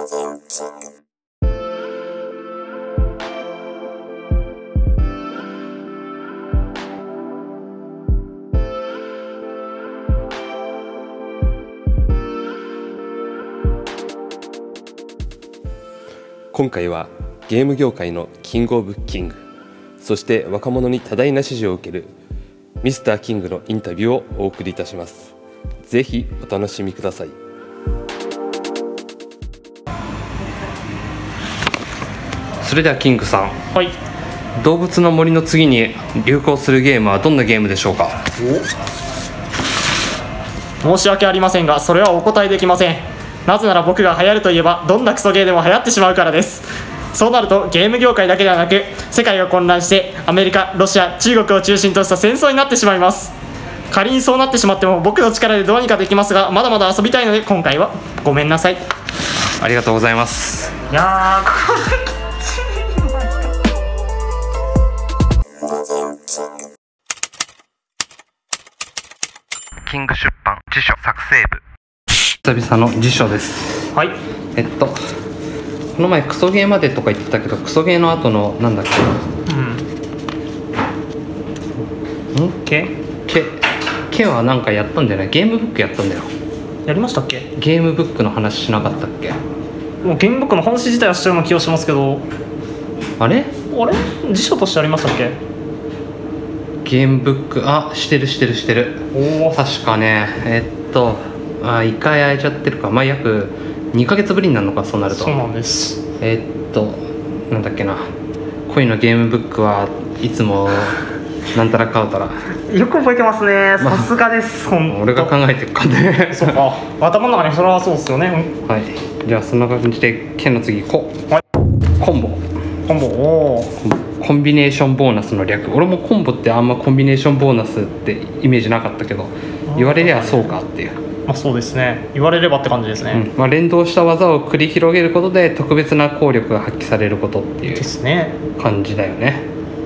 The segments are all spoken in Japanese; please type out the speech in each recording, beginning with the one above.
今回はゲーム業界のキングオブキング、そして若者に多大な支持を受けるミスターキングのインタビューをお送りいたします。ぜひお楽しみください。それではキングさん、 はい、 動物の森の次に流行するゲームはどんなゲームでしょうか？ 申し訳ありませんが、それはお答えできません。なぜなら僕が流行るといえばどんなクソゲーでも流行ってしまうからです。そうなるとゲーム業界だけではなく世界が混乱してアメリカ、ロシア、中国を中心とした戦争になってしまいます。仮にそうなってしまっても僕の力でどうにかできますが、まだまだ遊びたいので今回はごめんなさい。 ありがとうございます。 いやー、こキング出版辞書作成部、久々の辞書です。 はい、 この前クソゲーまでとか言ってたけど、クソゲーの後のなんだっけな、ケはなんかやったんだよね。ゲームブックやったんだよ。 やりましたっけ？ ゲームブックの話しなかったっけ？ もうゲームブックの本誌自体はしてるような気がしますけど、 あれ辞書としてありましたっけ？ ゲームブック、してるおー、 確かね。一回会えちゃってるか。約2ヶ月ぶりになるのか、そうなると。 そうなんです。 なんだっけな、恋のゲームブックはいつもなんたらかうたら。 よく覚えてますね。さすがです。 俺が考えてるかね。 そうか、頭の中にそれはそうですよね。 はい、じゃあそんな感じで剣の次コンボ。コンビネーションボーナスの略。俺もコンボってあんまコンビネーションボーナスってイメージなかったけど、言われりゃそうかっていう。 そうですね、言われればって感じですね。 連動した技を繰り広げることで特別な効力が発揮されることっていう感じだよね。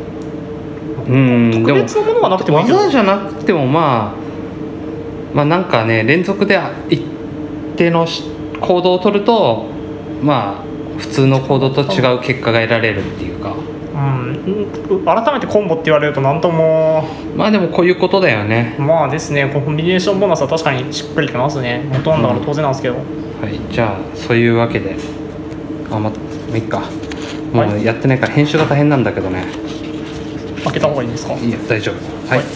特別なものがなくてもいい。 技じゃなくてもなんかね、連続で一定の行動を取ると普通の行動と違う結果が得られるっていうか、 改めてコンボって言われると何とも。 でもこういうことだよね。 ですね、コンビネーションボーナスは確かにしっくりきますね。元なんだから当然なんですけど、 はい、じゃあそういうわけでもういいか。もうやってないから編集が大変なんだけどね。 開けた方がいいんですか？ いや大丈夫。はい、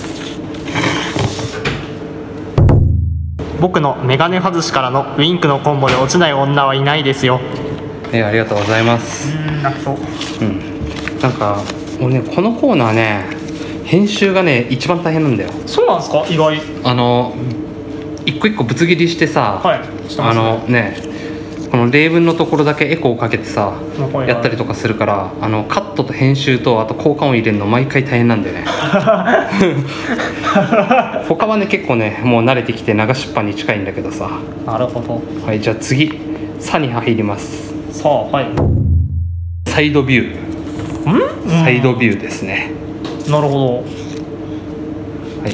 僕のメガネ外しからのウィンクのコンボで落ちない女はいないですよ。 ありがとうございます。なんか俺ね、このコーナーね、編集がね一番大変なんだよ。 そうなんですか？意外。 一個一個ぶつ切りしてさ、 してますね。 この例文のところだけエコーをかけてさ、やったりとかするから、カットと編集とあと交換を入れるの毎回大変なんだよね。他はね結構ねもう慣れてきて流しっぱに近いんだけどさ。 なるほど。 はい、じゃあ次「さ」に入ります。サイドビュー。サイドビューですね。 なるほど。 はい、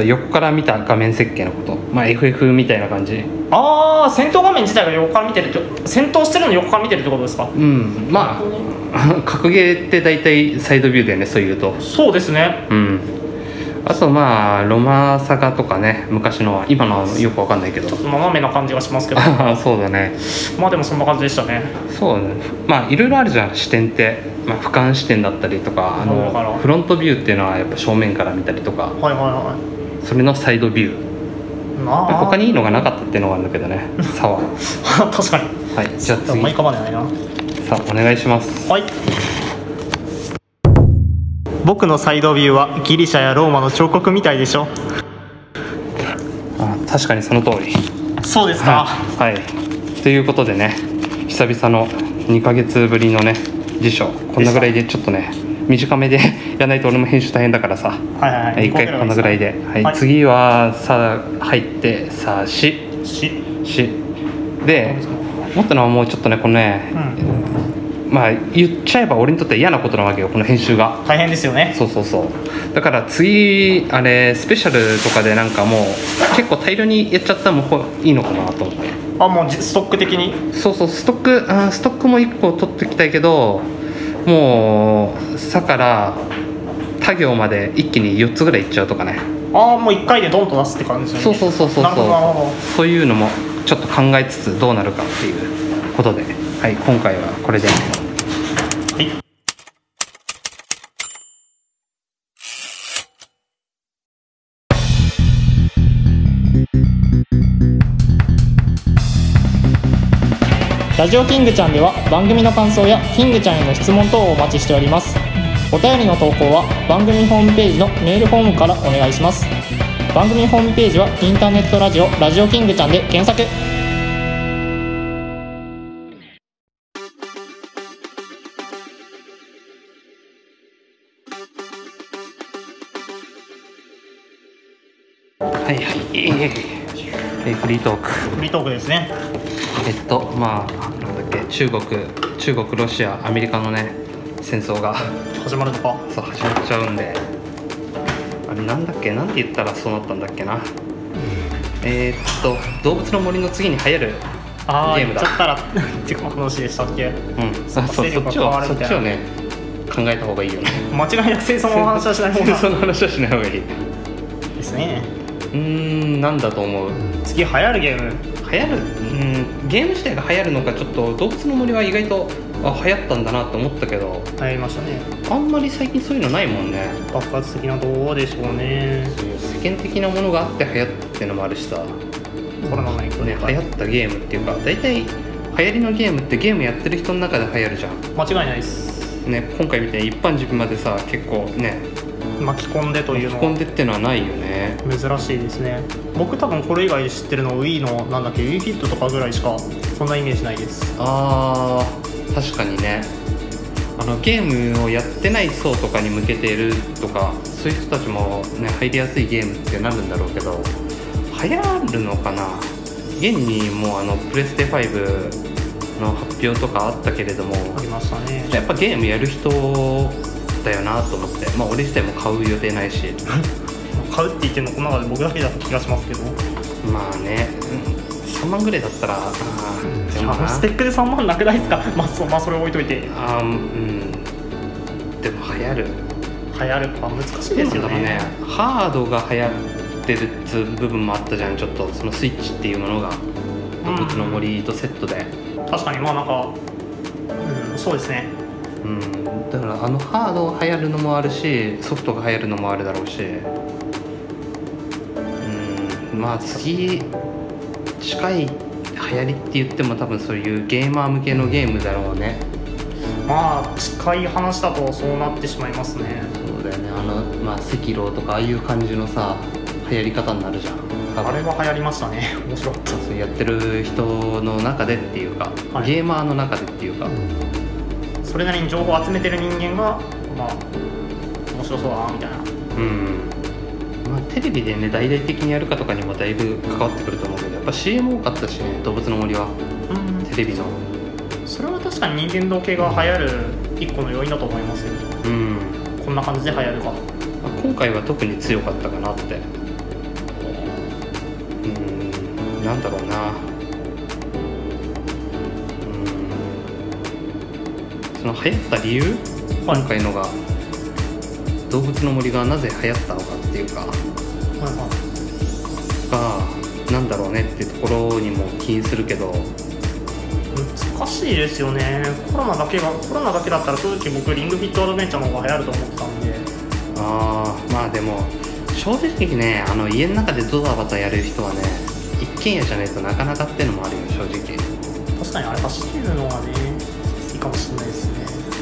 横から見た画面設計のこと、FF みたいな感じ。 戦闘画面自体が横から見てるって、戦闘してるの横から見てるってことですか？ 格ゲーって大体サイドビューだよね、そういうと。そうですね。 あとロマサガとかね、昔のは。今のはよくわかんないけど、ちょっと斜めな感じがしますけど。 そうだね。 でもそんな感じでしたね。 そうね。いろいろあるじゃん、視点って。俯瞰視点だったりとか、フロントビューっていうのはやっぱ正面から見たりとか、それのサイドビュー。他にいいのがなかったっていうのがあるんだけどね、差は。 確かに。 はい、じゃあ次。さあお願いします。 はい。僕のサイドビューはギリシャやローマの彫刻みたいでしょ。 確かにその通り。 そうですか。 はい、ということでね、久々の2ヶ月ぶりのね辞書、こんなぐらいでちょっとね短めでやらないと俺も編集大変だからさ、一回こんなぐらいで、次は「さ」入って「さし」で思ったのはもうちょっとね、このね、言っちゃえば俺にとっては嫌なことなわけよ、この編集が。 大変ですよね。 そうだから次スペシャルとかでなんかもう結構大量にやっちゃったらもういいのかなと思って。 もうストック的に。 そうそう、ストックも1個取っておきたいけど、もう「さ」から「他行」まで一気に4つぐらいいっちゃうとかね。 もう1回でドンと出すって感じですよね。 そう。そういうのもちょっと考えつつどうなるかっていうことで、はい、今回はこれで。はい。 ラジオキングちゃんでは番組の感想やキングちゃんへの質問等をお待ちしております。お便りの投稿は番組ホームページのメールフォームからお願いします。番組ホームページはインターネットラジオラジオキングちゃんで検索。 はい、フリートーク。 フリートークですね。 まあなんだっけ、中国、ロシア、アメリカのね戦争が始まるのか。 そう、始まっちゃうんで、あれなんだっけ、なんて言ったらそうなったんだっけな。動物の森の次に流行るゲームだ。 言っちゃったらっていう話でしたっけ。 そっちをね考えた方がいいよね。 間違いなく戦争の話はしない方が。 戦争の話はしない方がいいですね。 なんだと思う。 次流行るゲーム。 ゲーム自体が流行るのか、ちょっと動物の森は意外と流行ったんだなと思ったけど、 流行りましたね。 あんまり最近そういうのないもんね。 爆発的な、どうでしょうね。 世間的なものがあって流行ったっていうのもあるしさ、 コロナの影響で、 流行ったゲームっていうか、大体流行りのゲームってゲームやってる人の中で流行るじゃん。 間違いないですね。今回みたいに一般人までさ、結構ね巻き込んでというのは、 巻き込んでってのはないよね。 珍しいですね。僕多分これ以外知ってるの Wii のなんだっけ Wii フィットとかぐらいしかそんなイメージないです。 確かにね。ゲームをやってない層とかに向けているとか、そういう人たちもね入りやすいゲームってなるんだろうけど、流行るのかな。現にもうプレステ5の発表とかあったけれども、 ありましたね。 やっぱゲームやる人だよなと思って、俺自体も買う予定ないし買うって言ってるのこの中で僕だけだった気がしますけど、 まあね、3万ぐらいだったら、 スペックで3万なくないですか。それ置いといて。 でも流行るか難しいですよね。 ハードが流行ってるっていう部分もあったじゃん。ちょっとそのスイッチっていうものが動物の森とセットで、 確かにそうですね。 だからハードが流行るのもあるし、ソフトが流行るのもあるだろうし、次近い流行りって言っても多分そういうゲーマー向けのゲームだろうね。 近い話だとそうなってしまいますね。 そうだよね。赤狼とかああいう感じのさ流行り方になるじゃん。 あれは流行りましたね。面白かった。 そうやってる人の中でっていうか、ゲーマーの中でっていうか、 それなりに情報を集めてる人間が面白そうだなみたいな。 テレビでね大々的にやるかとかにもだいぶ関わってくると思うけど、やっぱ CM 多かったしね、動物の森は。テレビのそれは確かに任天堂系が流行る一個の要因だと思いますよ。こんな感じで流行るか。 今回は特に強かったかなって。なんだろうな。その流行った理由、今回のが動物の森がなぜ流行ったのかっていうか、なんだろうねっていうところにも起因するけど、 難しいですよね。コロナだけだったら正直僕リングフィットアドベンチャーの方が流行ると思ってたんで。 でも正直ね、家の中でドタバタやる人はね、一軒家じゃないとなかなかっていうのもあるよ、正直。 確かにあれ走るのがねいいかもしれないですね。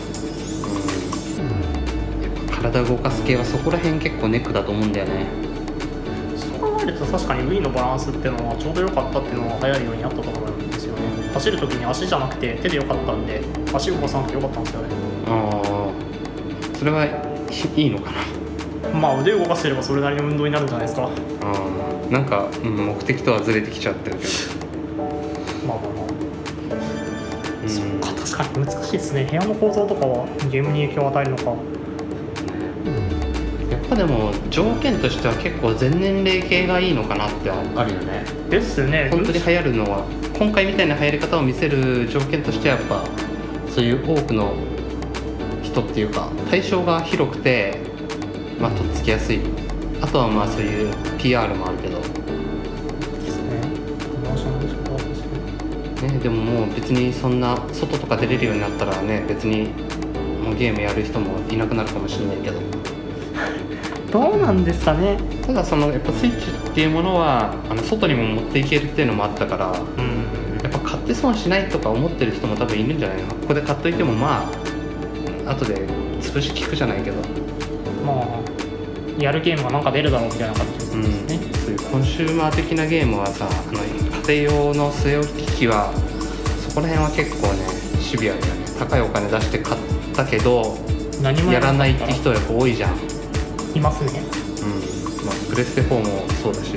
やっぱ体動かす系はそこら辺結構ネックだと思うんだよね。 そう考えると確かに Wii のバランスっていうのはちょうど良かったっていうのは流行るようになったと思うんですよね。走るときに足じゃなくて手で良かったんで、足動かさなくて良かったんですよね。 それはいいのかな。 腕動かしてればそれなりの運動になるんじゃないですか。 なんか、目的とはずれてきちゃってるけど、 そっか、確かに難しいですね。部屋の構造とかはゲームに影響を与えるのか。 やっぱでも条件としては結構全年齢系がいいのかなってあるよね。 ですね。 本当に流行るのは今回みたいな入り方を見せる条件としてはやっぱそういう多くの人っていうか対象が広くて、まあとっつきやすい。あとはまあそういう PR もあるけどね。でももう別にそんな外とか出れるようになったらね、別にもうゲームやる人もいなくなるかもしれないけどどうなんですかね。 ただそのやっぱスイッチっていうものは外にも持っていけるっていうのもあったから、やっぱ買って損しないとか思ってる人も多分いるんじゃないの。ここで買っといてもまあ後で潰し効くじゃないけど、 まあやるゲームがなんか出るだろうみたいな感じですね。 そういうコンシューマー的なゲームはさ、家庭用の据え置き機器はそこら辺は結構ねシビアだよね。高いお金出して買ったけどやらないって人はやっぱ多いじゃん。 いますね。 まあ、プレステ4もそうだし、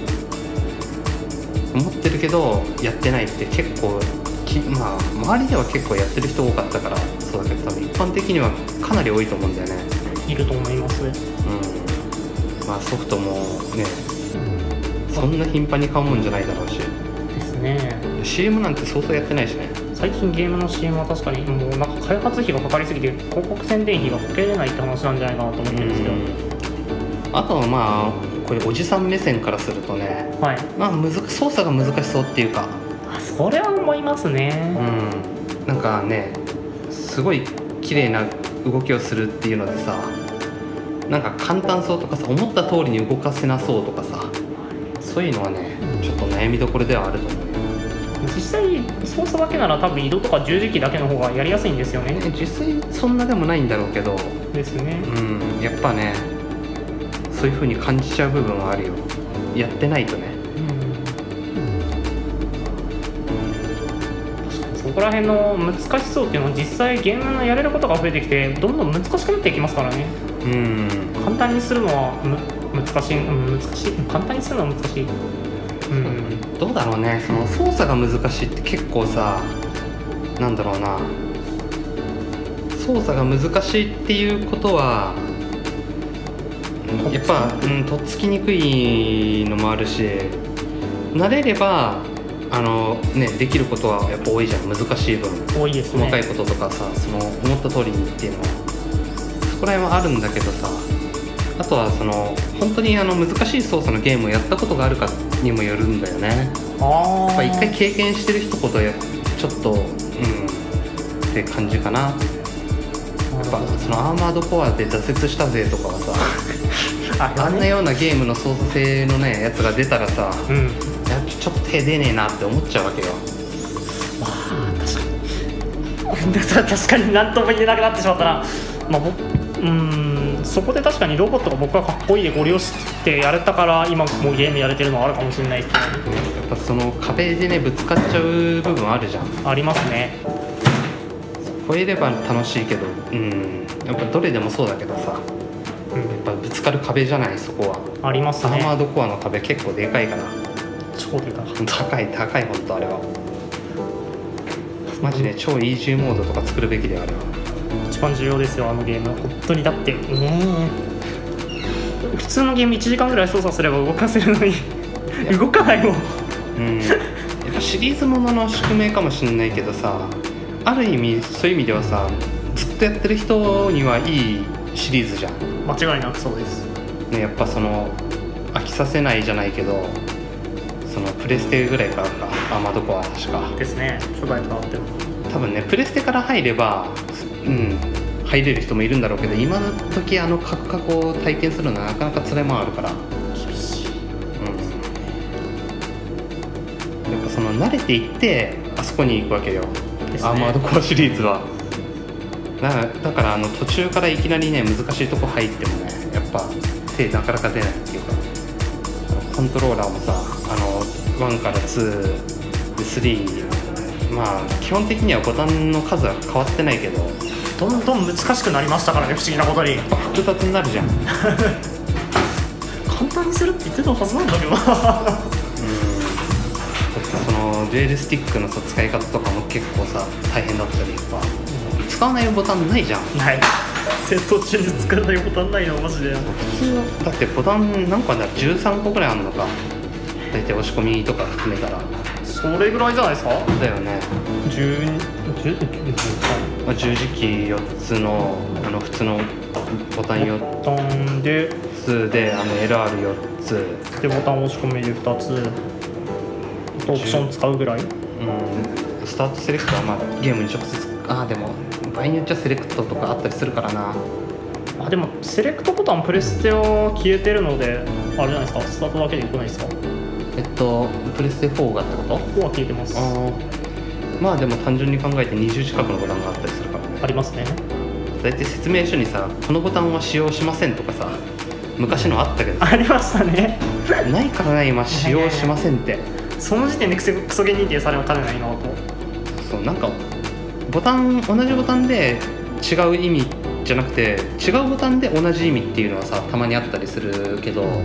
持ってるけどやってないって結構まあ周りでは結構やってる人多かったからそうだけど、多分一般的にはかなり多いと思うんだよね。 いると思います。 まあソフトもねそんな頻繁に買うもんじゃないだろうしですね。 CM なんてそうそうやってないしね。 最近ゲームの CM は確かにもうなんか開発費がかかりすぎて広告宣伝費がかけれないって話なんじゃないかなと思ってるんですけど、 あとはまあこういうおじさん目線からするとね、まあ操作が難しそうっていうか、 それは思いますね。 なんかねすごい綺麗な動きをするっていうのでさ、なんか簡単そうとかさ、思った通りに動かせなそうとかさ、そういうのはねちょっと悩みどころではあると思うよ。 実際操作だけなら多分移動とか十字キーだけの方がやりやすいんですよね。 実際そんなでもないんだろうけどですね。 やっぱねそういう風に感じちゃう部分はあるよ、やってないとね。 そこら辺の難しそうっていうのは実際ゲームのやれることが増えてきてどんどん難しくなっていきますからね。簡単にするのは難しい、簡単にするのは難しい。 どうだろうね、その操作が難しいって結構さ、なんだろうな、操作が難しいっていうことはやっぱとっつきにくいのもあるし、慣れればできることはやっぱ多いじゃん。難しい分多いですね。 細かいこととかさ、その思った通りにっていうのはそこら辺はあるんだけどさ、あとはその本当に難しい操作のゲームをやったことがあるかにもよるんだよね。やっぱ一回経験してる人ほどちょっとって感じかな。やっぱそのアーマードコアで挫折したぜとかはさあんなようなゲームの操作性のねやつが出たらさ、ちょっと手出ねえなって思っちゃうわけよ。 確かに何とも言えなくなってしまったな。そこで確かにロボットが僕はかっこいいでご利用してやれたから今もうゲームやれてるのはあるかもしれないですけど、 やっぱその壁でねぶつかっちゃう部分あるじゃん。 ありますね。 超えれば楽しいけど、やっぱどれでもそうだけどさ、やっぱぶつかる壁じゃない、そこは。 ありますね。 アーマードコアの壁結構でかいから。 超でかい。 高い本当あれは。マジで超イージーモードとか作るべきであれは。 一番重要ですよ、あのゲーム。本当にだって普通のゲーム1時間ぐらい操作すれば動かせるのに動かないもん。やっぱシリーズものの宿命かもしれないけどさ、ある意味そういう意味ではさ、ずっとやってる人にはいいシリーズじゃん。 間違いなくそうですね。やっぱその飽きさせないじゃないけど、そのプレステぐらいからか、アーマードコアは確かですね。初代からあっても多分ね、プレステから入れば入れる人もいるんだろうけど、今の時カクカクを体験するのはなかなか辛いもんあるから厳しい。やっぱその慣れていってあそこに行くわけよ、アーマードコアシリーズは。だから途中からいきなりね難しいとこ入ってもね、やっぱ手なかなか出ないっていうか、コントローラーもさ1から2で3、まあ基本的にはボタンの数は変わってないけど、 どんどん難しくなりましたからね、不思議なことに。 複雑になるじゃん。 簡単にするって言ってたはずなんだけどな。 そのデュエルスティックのさ使い方とかも結構さ大変だったり、やっぱ使わないボタンないじゃん。 ない。戦闘中に使わないボタンないのマジで。 普通だってボタン何個あるんだろう、13個ぐらいあるのか大体、押し込みとか含めたら。 そそれぐらいじゃないですか。 だよね。十字キー4つの普通のボタン4つでLR4 つでボタン押し込める2つオプション使うぐらい。 スタートセレクトはまあゲームに直接でも場合によっちゃセレクトとかあったりするからな。 でもセレクトボタンプレステは消えてるのであれじゃないですか、スタートだけでよくないですか。 プレステ4がってこと？ 4は消えてます。 まあでも単純に考えて20近くのボタンがあったりするからね。 ありますね。 だいたい説明書にさ、このボタンは使用しませんとかさ、昔のあったけどありましたね。 ないからな今使用しませんってその時点でクソゲー認定されはかねないなと。 そう、なんか同じボタンで違う意味じゃなくて違うボタンで同じ意味っていうのはさたまにあったりするけど、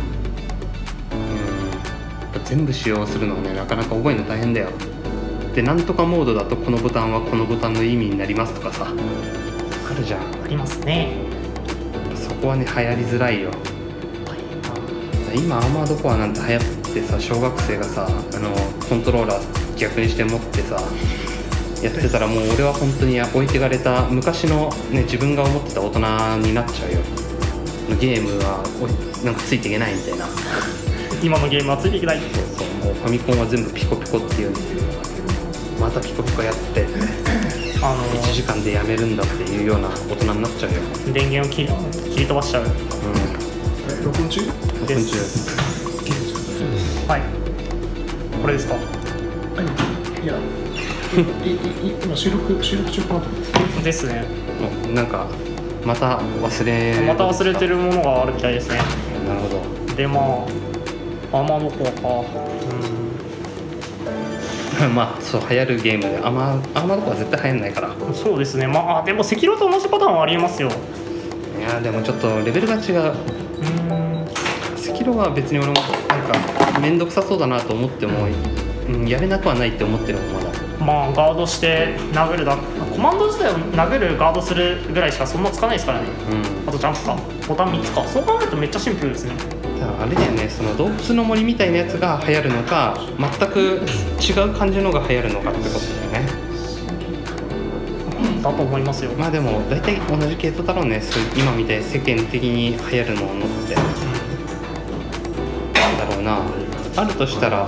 全部使用するのはねなかなか覚えるの大変だよ。でなんとかモードだとこのボタンはこのボタンの意味になりますとかさあるじゃん。 ありますね。 そこはね流行りづらいよ。今アーマードコアなんて流行ってさ、小学生がさコントローラー逆にして持ってさやってたらもう俺は本当に置いてかれた昔のね自分が思ってた大人になっちゃうよ。ゲームはなんかついていけないみたいな。 今のゲームはついていけない。 そうもうファミコンは全部ピコピコっていうんですよ。またピコピコやって1時間でやめるんだっていうような大人になっちゃうよ。 電源を切り飛ばしちゃう。 録音中です。 はい、これですか。 いや今収録中かなと思ってですね。 なんかまた忘れてるものがあるみたいですね。 なるほど。 でまあアーマードコアか。 まあそう流行るゲームでアーマードコアは絶対流行んないから。 そうですね。まあでも赤狼と同じパターンはありえますよ。 いやでもちょっとレベルが違う。赤狼は別に俺もなんか面倒くさそうだなと思っても、やれなくはないって思ってるもんまだ。 まあガードして殴るだコマンド自体を殴るガードするぐらいしかそんなつかないですからね。あとジャンプかボタン3つか。そう考えるとめっちゃシンプルですね。 あれだよね、その動物の森みたいなやつが流行るのか全く違う感じのが流行るのかってことだよね。 だと思いますよ。 まあでも大体同じ系統だろうね。そう今みたい世間的に流行るのってなんだろうな。あるとしたら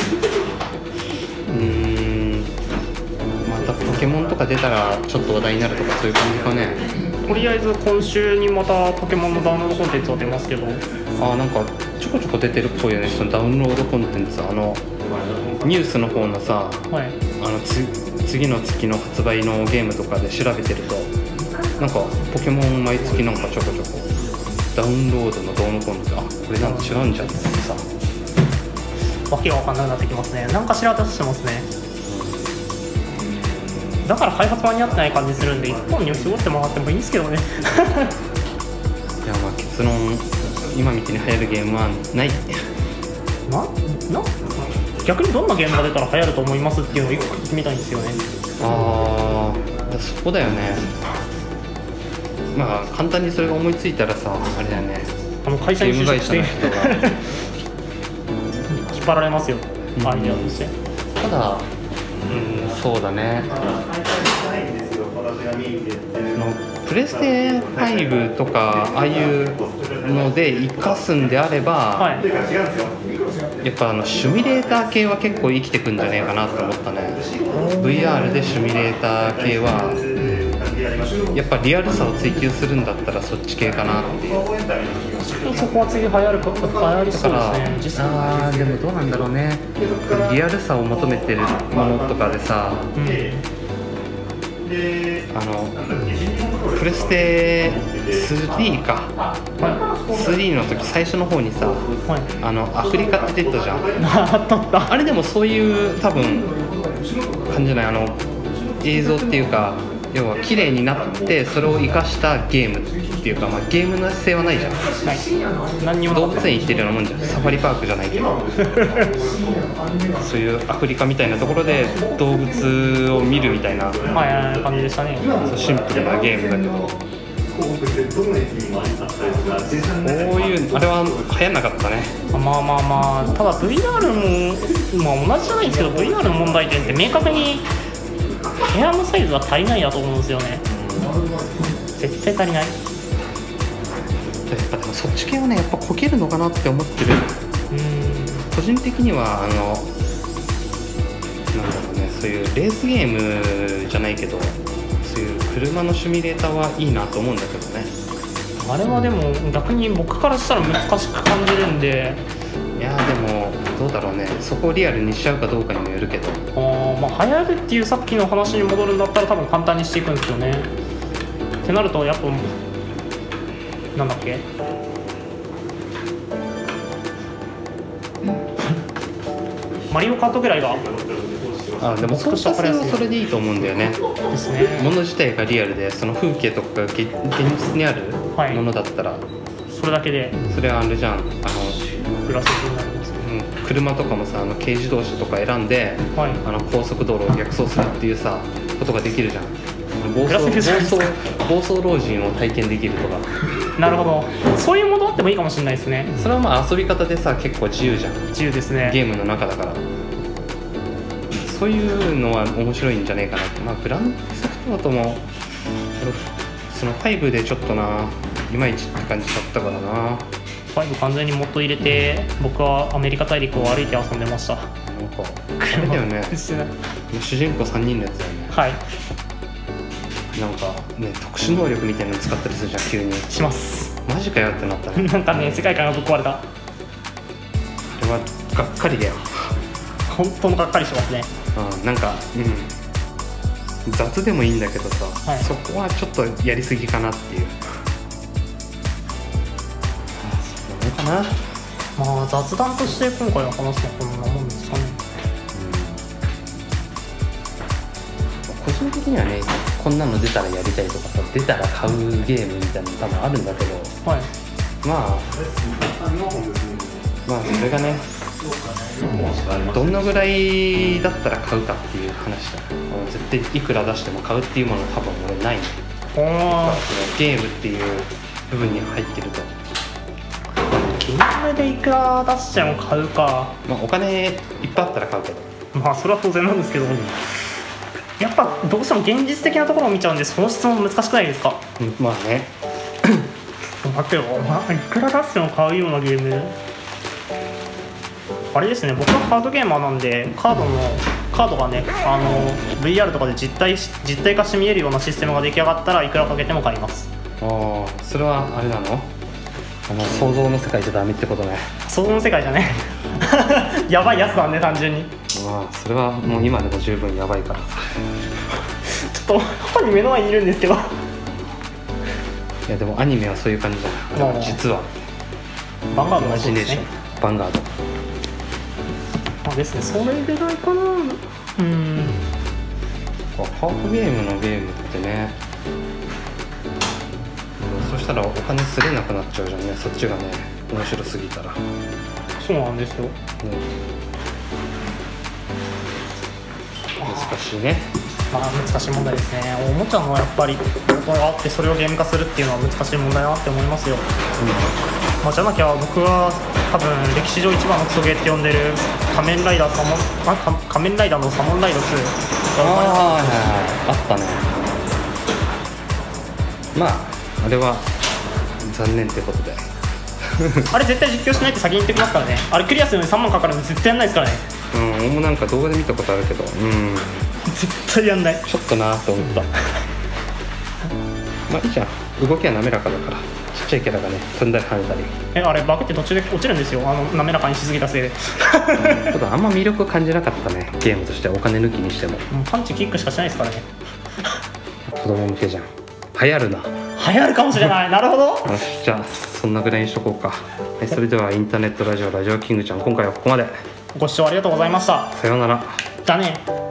またポケモンとか出たらちょっと話題になるとかそういう感じかね。 とりあえず今週にまたポケモンのダウンロードコンテンツは出ますけど、 なんかちょこちょこ出てるっぽいよね。そのダウンロードコンテンツニュースの方のさ、次の月の発売のゲームとかで調べてるとなんかポケモン毎月なんかちょこちょこダウンロードのどうのこうのってこれなんか違うんじゃんってさわけが分かんなくなってきますね。なんかしら出してますね。だから開発間に合ってない感じするんで1本に絞ってもらってもいいんですけどね。 いやまあ結論今みたいに流行るゲームはない。 逆にどんなゲームが出たら流行ると思いますっていうのを1個聞いてみたいんですよね。 そこだよね。まあ簡単にそれが思いついたらさあれだよね。 会社に就職してゲーム会社の人が引っ張られますよ、アイデアとして。 ただそうだね。プレステ5とかああいうので生かすんであれば、やっぱシミュレーター系は結構生きてくんじゃねえかなと思ったね。 VR でシミュレーター系はやっぱリアルさを追求するんだったらそっち系かなっていう。 そこは次流行りそうですね。 でもどうなんだろうね。リアルさを求めてるものとかでさ、プレステ3か、3の時最初の方にさ、アフリカって出たじゃん。あれでもそういう多分感じじゃない。映像っていうか要は綺麗になってそれを生かしたゲームっていうか、ゲームの性はないじゃん。 何にも動物園行ってるようなもんじゃん。サファリパークじゃないけどそういうアフリカみたいなところで動物を見るみたいな感じでしたね。 シンプルなゲームだけど、 こういうあれは流行んなかったね。 まあまあまあ、ただ VR も、まあ、同じじゃないんですけど VR の問題点って明確に部屋のサイズは足りないだと思うんですよね。絶対足りない。 やっぱでもそっち系はねやっぱこけるのかなって思ってる。個人的にはなんだろうね、そういうレースゲームじゃないけどそういう車のシミュレーターはいいなと思うんだけどね。 あれはでも逆に僕からしたら難しく感じるんで。 いやでもどうだろうね、そこをリアルにしちゃうかどうかにもよるけど、 まあ流行るっていうさっきの話に戻るんだったら多分簡単にしていくんですよね。ってなるとやっぱなんだっけマリオカートぐらいがでも操作性はそれでいいと思うんだよね。 ですね。 もの自体がリアルでその風景とかが現実にあるものだったら、 それだけでそれはあれじゃん、 プラスになります、 車とかもさ軽自動車とか選んで、高速道路を逆走するっていうさことができるじゃん。暴走老人を体験できるとか。 なるほど、そういうものあってもいいかもしれないですね。 それはまあ遊び方でさ結構自由じゃん。 自由ですね。 ゲームの中だからそういうのは面白いんじゃないかなって。まあグランセフトオートもその5でちょっとないまいちって感じだったからな。 5完全にモッド入れて僕はアメリカ大陸を歩いて遊んでました。 なんかあれだよね主人公3人のやつだよね。 はい。 なんかね特殊能力みたいなの使ったりするじゃん急に。 します。 マジかよってなったね。 なんかね世界観がぶっ壊れた。あれはがっかりだよ。 本当のがっかりしますね。 なんか雑でもいいんだけどさ、そこはちょっとやりすぎかなっていう。そうかな。 まあ雑談として今回の話もこんなもんですかね。 個人的にはねこんなの出たらやりたいとかさ出たら買うゲームみたいなの多分あるんだけど、まあそれがねどのぐらいだったら買うかっていう話だ。絶対いくら出しても買うっていうものは多分俺ないの。ゲームっていう部分に入ってるとゲームでいくら出しても買うか。 お金いっぱいあったら買うけど、 まあそれは当然なんですけど、やっぱどうしても現実的なところを見ちゃうんでその質問難しくないですか。 まあね待ってよ、いくら出しても買うようなゲームあれですね。僕はカードゲーマーなんでカードがねVR とかで実体化して見えるようなシステムが出来上がったらいくらかけても買います。 それはあれなの？想像の世界じゃダメってことね。 想像の世界じゃねやばいやつなんで単純に。 それはもう今でも十分やばいからさちょっとここに目の前にいるんですけどいやでもアニメはそういう感じじゃない。実はヴァンガードのそうですね。 ヴァンガードですね。それぐらいかな。 ハーフゲームのゲームってね、そしたらお金すれなくなっちゃうじゃんね。そっちがね面白すぎたら。 そうなんですよ、 難しいね。 難しい問題ですね。おもちゃのやっぱり元があってそれをゲーム化するっていうのは難しい問題だなって思いますよ。じゃなきゃ僕は多分歴史上一番のクソゲーって呼んでる仮面ライダーのサモンライド2 あったね。あれは残念ってことであれ絶対実況しないって先に言ってきますからね。あれクリアするのに3万かかるので絶対やんないですからね。 俺もなんか動画で見たことあるけど絶対やんない。 ちょっとなと思ったいいじゃん。動きは滑らかだからちっちゃいキャラがね飛んだり跳ねたり。 あれバグって途中で落ちるんですよ。滑らかにしすぎたせいでちょっとあんま魅力を感じなかったねゲームとしては。お金抜きにしてもパンチキックしかしないですからね。 子供向けじゃん。流行るな。 流行るかもしれないなるほど。 よし、じゃあそんなぐらいにしとこうか。それではインターネットラジオキングちゃん、今回はここまで。 ご視聴ありがとうございました。 さようなら。 だね。